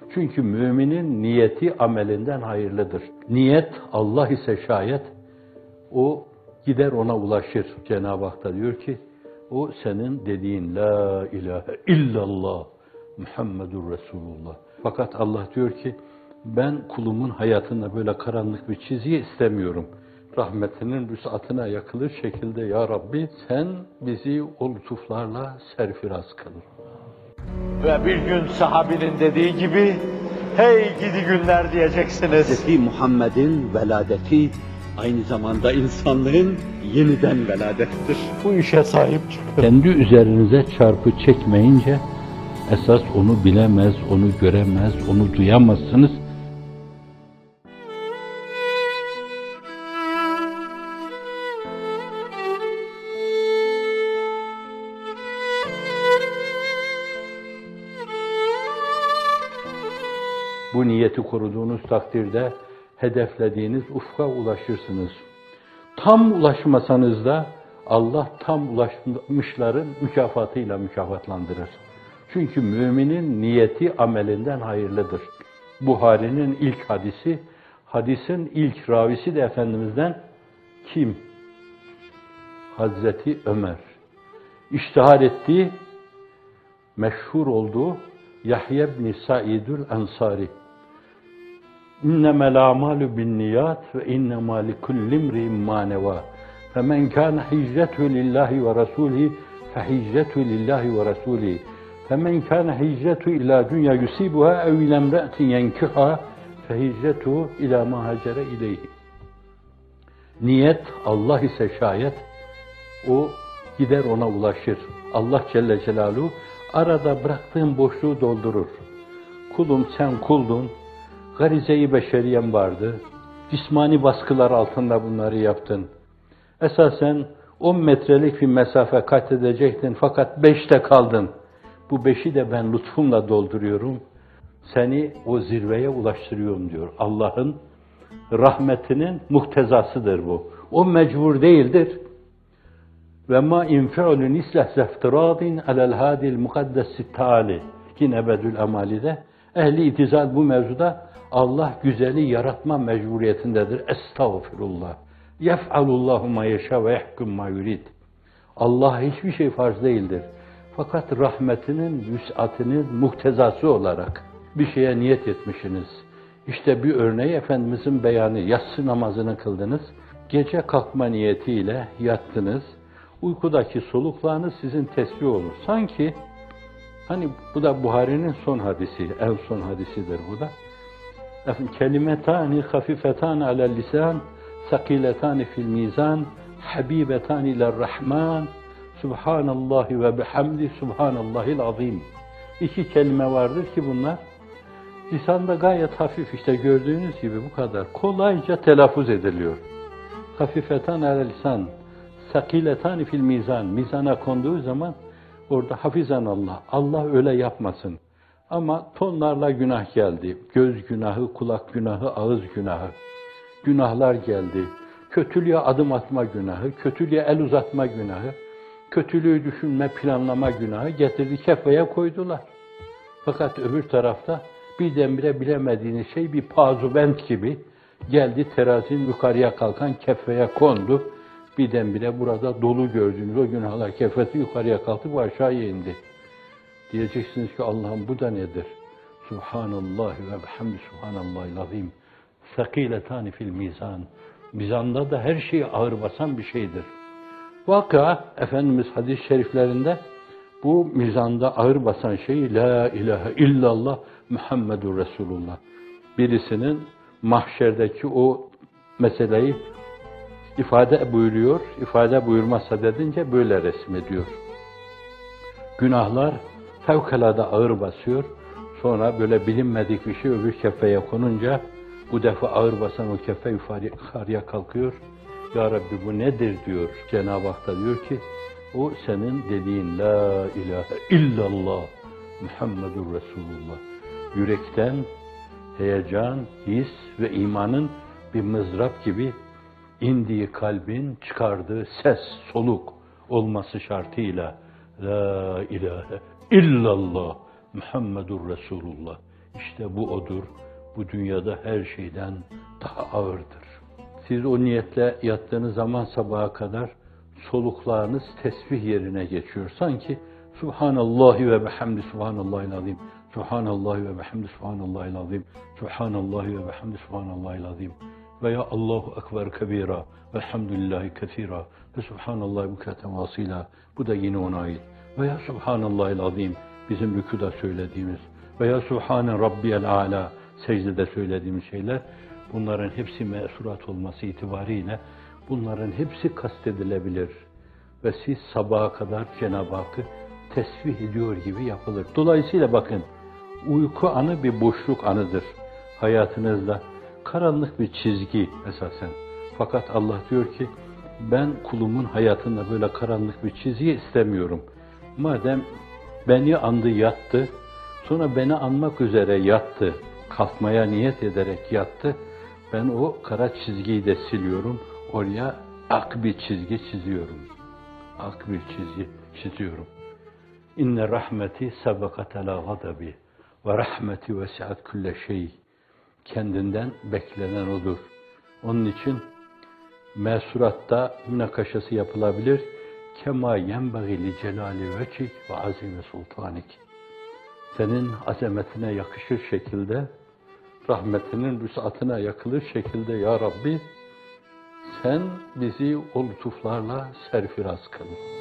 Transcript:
Çünkü müminin niyeti amelinden hayırlıdır. Niyet Allah ise şayet o gider ona ulaşır. Cenab-ı Hak da diyor ki o senin dediğin la ilahe illallah Muhammedur Resulullah. Fakat Allah diyor ki ben kulumun hayatında böyle karanlık bir çizgi istemiyorum. Rahmetinin vüsatına yakılır şekilde ya Rabbi sen bizi o lütuflarla serfiraz kılır. Ve bir gün sahabinin dediği gibi hey gidi günler diyeceksiniz. Hz. Muhammed'in veladeti aynı zamanda insanlığın yeniden veladettir. Bu işe sahip çıkın. Kendi üzerinize çarpı çekmeyince esas onu bilemez, onu göremez, onu duyamazsınız. Bu niyeti koruduğunuz takdirde hedeflediğiniz ufka ulaşırsınız. Tam ulaşmasanız da Allah tam ulaşmışların mükafatıyla mükafatlandırır. Çünkü müminin niyeti amelinden hayırlıdır. Buhari'nin ilk hadisi, hadisin ilk ravisi de Efendimiz'den kim? Hazreti Ömer. İştihar ettiği, meşhur olduğu Yahya ibn Sa'idül Ensari. İnnemel a'malu binniyat ve innemâ likulli imri'in mâ nevâ. Femen kâne hicretu lillahi ve rasûlihi fehicretu lillahi ve rasûlihi. Femen kâne hicretu ilâ dünya yusîbuhâ ev ilâ imre'atin yenkihâ fehicretu ilâ mâ hacere ileyhi. Niyet Allah ise şayet o gider ona ulaşır. Allah Celle Celaluhu arada bıraktığın boşluğu doldurur. Kulum sen kuldun, garize-i beşeriyen vardı, cismani baskılar altında bunları yaptın. Esasen 10 metrelik bir mesafe kat edecektin fakat 5'te kaldın. Bu 5'i de ben lütfumla dolduruyorum. Seni o zirveye ulaştırıyorum diyor. Allah'ın rahmetinin muhtezasıdır bu. O mecbur değildir. Ve ma infi'lun islah zeftiradin alel hadil mukaddes taali. Yine Bedül Emali'de ehli itizal bu mevzuda Allah güzeli yaratma mecburiyetindedir. Estağfirullah. Yef'alullahu ma yeşâ ve yahkum ma yurid. Allah hiçbir şey farz değildir. Fakat rahmetinin, vüs'atinin muhtezası olarak bir şeye niyet etmişsiniz. İşte bir örneği Efendimizin beyanı. Yatsı namazını kıldınız. Gece kalkma niyetiyle yattınız. Uykudaki soluklarınız sizin tesbih olur. Sanki, hani bu da Buhari'nin son hadisi, en son hadisidir bu da. Kelimetani hafifetani alel lisan, sakiletani fil mizan, habibetani iler rahman, subhanallahi ve bihamdi, subhanallahil azim. İki kelime vardır ki bunlar, lisanda gayet hafif, işte gördüğünüz gibi bu kadar, kolayca telaffuz ediliyor. Hafifetan alel lisan, sakiletani fil mizan, mizana konduğu zaman orada hafizan Allah, Allah öyle yapmasın. Ama tonlarla günah geldi. Göz günahı, kulak günahı, ağız günahı. Günahlar geldi. Kötülüğe adım atma günahı, kötülüğe el uzatma günahı, kötülüğü düşünme, planlama günahı getirdi, kefeye koydular. Fakat öbür tarafta birdenbire bilemediğiniz şey bir pazubent gibi geldi, terazinin yukarıya kalkan kefeye kondu. Birdenbire burada dolu gördüğünüz o günahlar kefesi yukarıya kalktı ve aşağıya indi. Diyeceksiniz ki Allah'ım bu da nedir? Subhanallah ve bihamdi subhanallahil azim. Sakiletani fil mizan. Mizanda da her şeyi ağır basan bir şeydir. Vaka Efendimiz hadis-i şeriflerinde bu mizanda ağır basan şeyi la ilahe illallah Muhammedur Resulullah. Birisinin mahşerdeki o meseleyi ifade buyuruyor, ifade buyurmazsa dedince böyle resmediyor. Günahlar fevkalade ağır basıyor, sonra böyle bilinmedik bir şey öbür kefeye konunca bu defa ağır basan o kefe yukarıya kalkıyor. Ya Rabbi bu nedir diyor. Cenab-ı Hak da diyor ki o senin dediğin la ilahe illallah Muhammedur Resulullah. Yürekten heyecan, his ve imanın bir mızrap gibi indiği kalbin çıkardığı ses, soluk olması şartıyla la ilahe illallah Muhammedur Resulullah. İşte bu odur. Bu dünyada her şeyden daha ağırdır. Siz o niyetle yattığınız zaman sabaha kadar soluklarınız tesbih yerine geçiyor. Sanki Subhanallahi ve bihamdi Subhanallahil azim. Subhanallahi ve bihamdi Subhanallahil azim. Subhanallahi ve bihamdi Subhanallahil azim. Veya Allahu ekber kebira velhamdülillahi kesira ve Subhanallahi bukreten vasila. Bu da yine ona ait. Veya Subhanallahil azim bizim rükuda söylediğimiz veya Subhane Rabbiyel Ala secdede söylediğimiz şeyler, bunların hepsi mesurat olması itibariyle bunların hepsi kastedilebilir. Ve siz sabaha kadar Cenab-ı Hakk'ı tesbih ediyor gibi yapılır. Dolayısıyla bakın, uyku anı bir boşluk anıdır. Hayatınızda karanlık bir çizgi esasen. Fakat Allah diyor ki, ben kulumun hayatında böyle karanlık bir çizgi istemiyorum. Madem beni andı yattı, sonra beni anmak üzere yattı, kalkmaya niyet ederek yattı, ben o kara çizgiyi de siliyorum, oraya ak bir çizgi çiziyorum. Ak bir çizgi çiziyorum. İnne rahmeti sebekat ala gadabi ve rahmeti vesiat külle şey. Kendinden beklenen odur. Onun için mesuratta münakaşası yapılabilir. Kema yenbagî li celali vecik ve azime sultanik. Senin azametine yakışır şekilde, rahmetinin vüsatına yakılır şekilde ya Rabbi, sen bizi o lütuflarla serfiraz kıl.